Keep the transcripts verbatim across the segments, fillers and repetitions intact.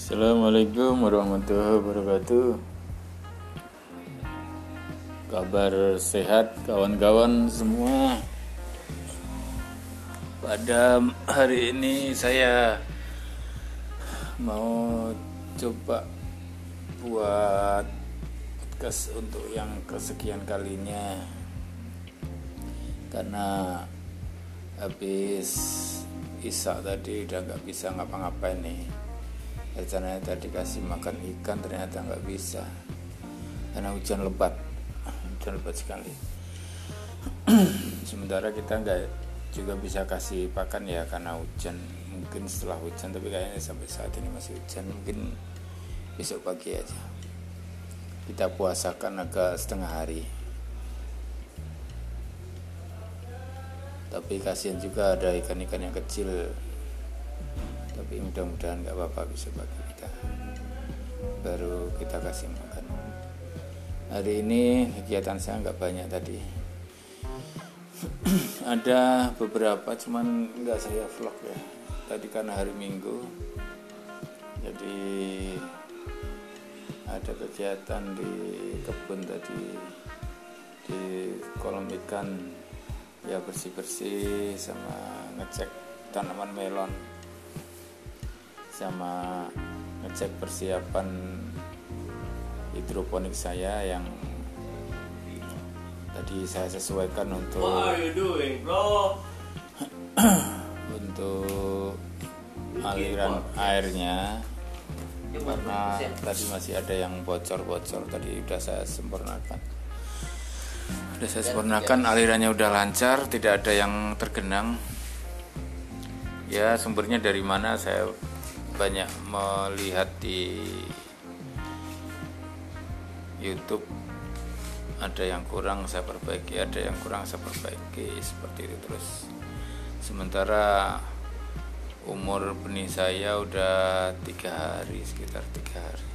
Assalamualaikum warahmatullahi wabarakatuh. Kabar sehat kawan-kawan semua. Pada hari ini saya mau coba buat podcast untuk yang kesekian kalinya, karena habis Isya tadi udah gak bisa ngapa-ngapain nih. Rencananya tadi kasih makan ikan, ternyata nggak bisa karena hujan lebat, hujan lebat sekali. Sementara kita nggak juga bisa kasih pakan ya karena hujan. Mungkin setelah hujan, tapi kayaknya sampai saat ini masih hujan. Mungkin besok pagi aja kita puasakan agak setengah hari. Tapi kasihan juga ada ikan-ikan yang kecil. Tapi mudah-mudahan gak apa-apa, bisa bagi kita, baru kita kasih makan. Hari ini kegiatan saya gak banyak tadi. Ada beberapa, cuman gak saya vlog ya. Tadi karena hari Minggu, jadi ada kegiatan di kebun tadi, di kolam ikan, ya bersih-bersih sama ngecek tanaman melon, sama ngecek persiapan hidroponik saya yang tadi saya sesuaikan untuk What are you doing, bro? untuk aliran airnya, karena tadi masih ada yang bocor-bocor. Tadi udah saya sempurnakan, udah saya sempurnakan alirannya udah lancar, tidak ada yang tergenang. Ya, sumbernya dari mana saya banyak melihat di YouTube, ada yang kurang saya perbaiki, ada yang kurang saya perbaiki, seperti itu terus. Sementara umur benih saya udah tiga hari, sekitar tiga hari.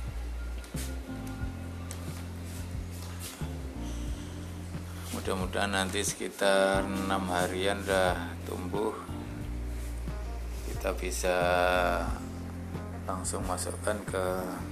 Mudah-mudahan nanti sekitar enam harian udah tumbuh, kita bisa langsung masukkan ke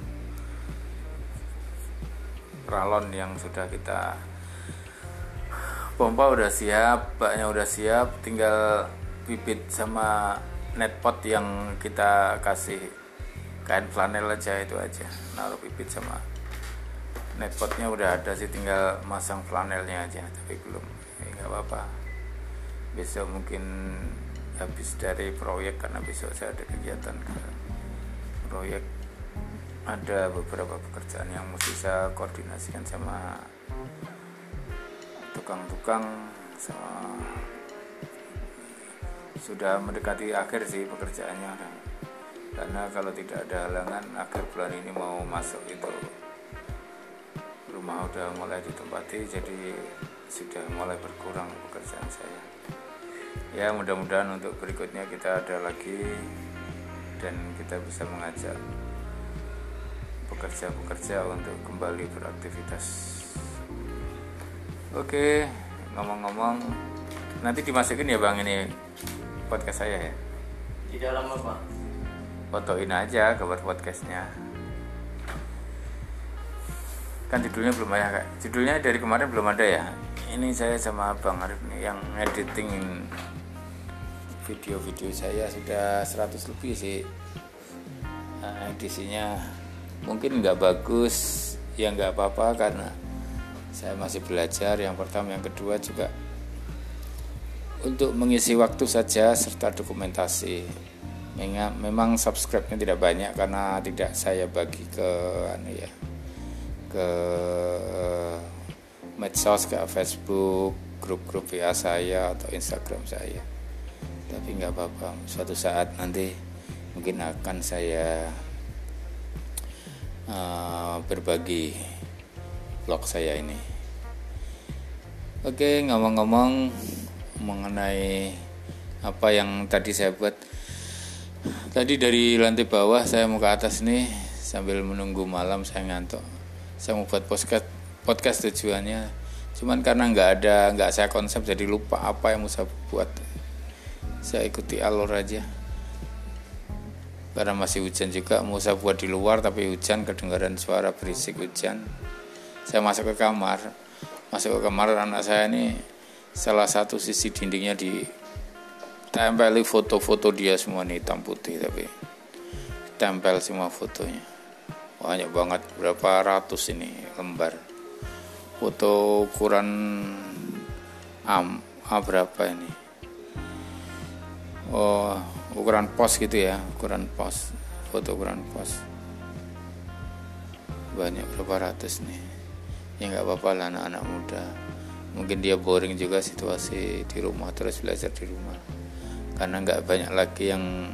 pralon yang sudah kita pompa, udah siap, baknya udah siap, tinggal bibit sama netpot yang kita kasih kain flanel aja, itu aja, naruh bibit sama netpotnya udah ada sih, tinggal masang flanelnya aja, tapi belum, ya nggak apa-apa. Besok mungkin habis dari proyek, karena besok saya ada kegiatan ke proyek, ada beberapa pekerjaan yang mesti saya koordinasikan sama tukang-tukang, sama sudah mendekati akhir sih pekerjaannya, karena kalau tidak ada halangan akhir bulan ini mau masuk itu rumah udah mulai ditempati, jadi sudah mulai berkurang pekerjaan saya. Ya, mudah-mudahan untuk berikutnya kita ada lagi dan kita bisa mengajak pekerja-pekerja untuk kembali beraktivitas. Oke, ngomong-ngomong, nanti dimasukin ya Bang ini podcast saya ya? Di dalam apa? Fotoin aja gambar podcastnya. Kan judulnya belum ada, Kak. Judulnya dari kemarin belum ada ya. Ini saya sama Bang Arif nih yang editing video-video saya, sudah seratus lebih sih. Nah, edisinya mungkin nggak bagus, ya nggak apa-apa karena saya masih belajar. Yang pertama, yang kedua juga untuk mengisi waktu saja serta dokumentasi. Memang subscribe-nya tidak banyak karena tidak saya bagi ke anu ya, ke medsos, ke Facebook, grup-grup W A saya atau Instagram saya. Tapi nggak apa-apa, suatu saat nanti mungkin akan saya uh, berbagi vlog saya ini. Oke, ngomong-ngomong mengenai apa yang tadi saya buat, tadi dari lantai bawah saya mau ke atas nih sambil menunggu malam, saya ngantuk. Saya mau buat podcast, podcast tujuannya, cuman karena nggak ada, nggak saya konsep, jadi lupa apa yang mau saya buat. Saya ikuti alur aja. karena masih hujan juga, mau saya buat di luar tapi hujan, kedengaran suara berisik hujan. Saya masuk ke kamar, masuk ke kamar anak saya ini, salah satu sisi dindingnya ditempeli foto-foto dia semua nih, hitam putih tapi tempel semua fotonya, banyak banget, berapa ratus ini lembar foto ukuran am A berapa ini, oh ukuran pos gitu ya, ukuran pos, foto ukuran pos, banyak berapa ratus nih. Ya nggak apa-apa lah, anak-anak muda mungkin dia boring juga situasi di rumah, terus belajar di rumah karena nggak banyak lagi yang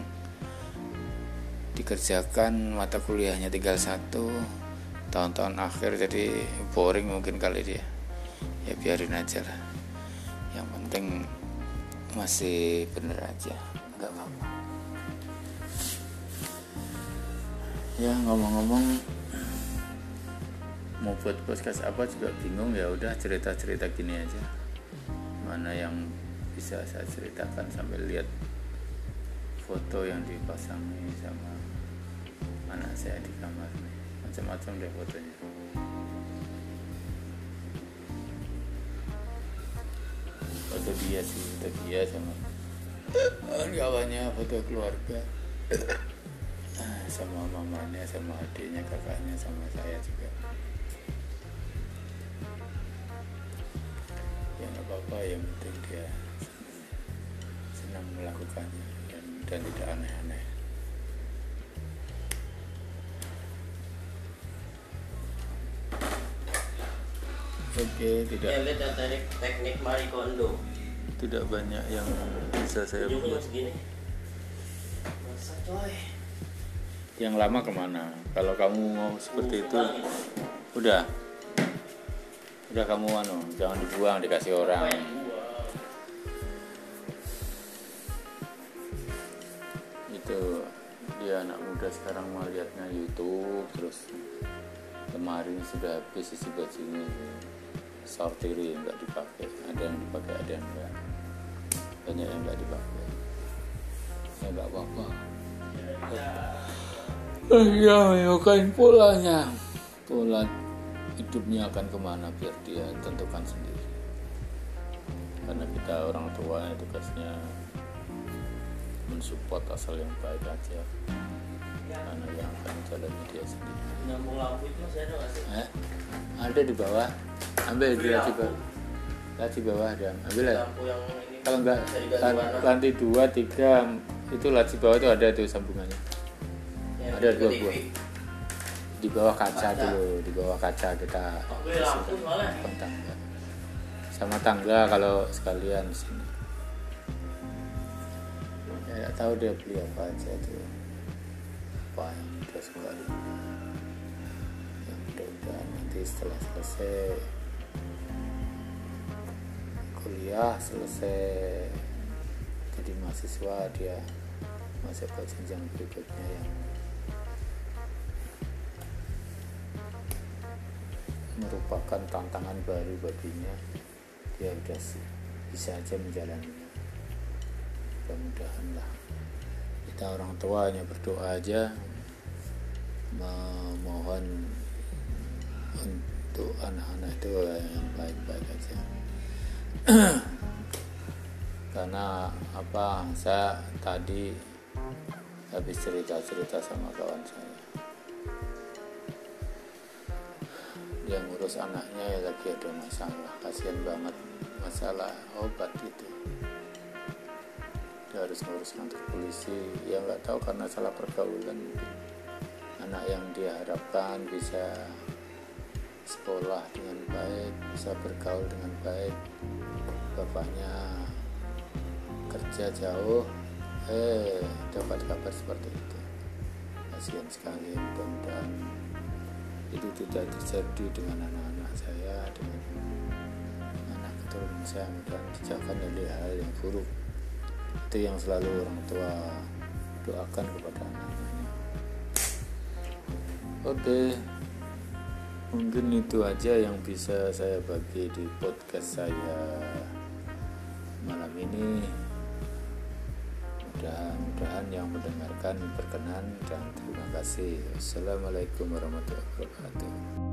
dikerjakan, mata kuliahnya tinggal satu, tahun-tahun akhir, jadi boring mungkin kali dia. Ya biarin aja lah, yang penting masih bener aja, nggak apa-apa. Ya ngomong-ngomong mau buat podcast apa juga bingung, ya udah cerita-cerita gini aja, mana yang bisa saya ceritakan sambil lihat foto yang dipasangi sama anak saya di kamar, macam-macam deh fotonya. Foto dia sih, foto dia sama kawannya, foto keluarga, sama mamanya, sama adiknya, kakaknya, sama saya juga. Ya nggak apa-apa, yang penting dia senang melakukannya dan, dan tidak aneh-aneh. Oke, tidak. Ya, lihat teknik teknik Marie Kondo. Tidak banyak yang bisa saya buat. Masa coy. Yang lama kemana? Kalau kamu mau seperti itu, udah, udah kamu anu, jangan dibuang, dikasih orang. Itu dia anak muda sekarang melihatnya YouTube terus. Kemarin sudah habis isi bajunya, sortiri nggak dipakai, ada yang dipakai, ada yang enggak, banyak yang nggak dipakai. Ya nggak apa-apa. Ya, ya kan polanya, pola hidupnya akan kemana biar dia tentukan sendiri. Karena kita orang tua tugasnya mensupport asal yang baik aja, karena yang akan menjalani dia sendiri. Nyambung lampu itu masih ada nggak sih? Eh, ada di bawah, ambil di laci bawah, laci bawah ada, ambil ya. Lampu yang ini Kalau enggak bisa diganti warna. lantai dua, tiga itu laci bawah itu ada tuh sambungannya. Yang Ada di dua T V. buah. Di bawah kaca Kaca. dulu, di bawah kaca kita Oh, beli lampu soalnya. bukan tangga. Sama tangga kalau sekalian di sini. Ya nggak tahu dia beli apa aja tuh. Apa yang udah sekali. Yang mudah-mudahan nanti setelah selesai kuliah, selesai jadi mahasiswa, dia masuk ke jenjang berikutnya yang merupakan tantangan baru baginya. Dia udah bisa aja menjalaninya. Mudah-mudahan lah, kita orang tua hanya berdoa aja, memohon untuk anak-anak itu yang baik-baik aja. Karena apa, saya tadi habis cerita-cerita sama kawan saya, dia ngurus anaknya ya lagi ada masalah, kasihan banget, masalah obat itu, dia harus ngurus kantor polisi. Ya nggak tahu karena salah pergaulan, anak yang dia harapkan bisa sekolah dengan baik, bisa bergaul dengan baik, bapaknya kerja jauh, eh dapat kabar seperti itu. Kasihan sekali. Mudah-mudahan itu tidak terjadi dengan anak-anak saya, dengan anak keturunan saya. Mudah-mudahan dijauhkan dari hal yang buruk. Itu yang selalu orang tua doakan kepada anak-anaknya. Oke, mungkin itu aja yang bisa saya bagi di podcast saya malam ini. Mudah-mudahan yang mendengarkan berkenan dan terima kasih. Wassalamualaikum warahmatullahi wabarakatuh.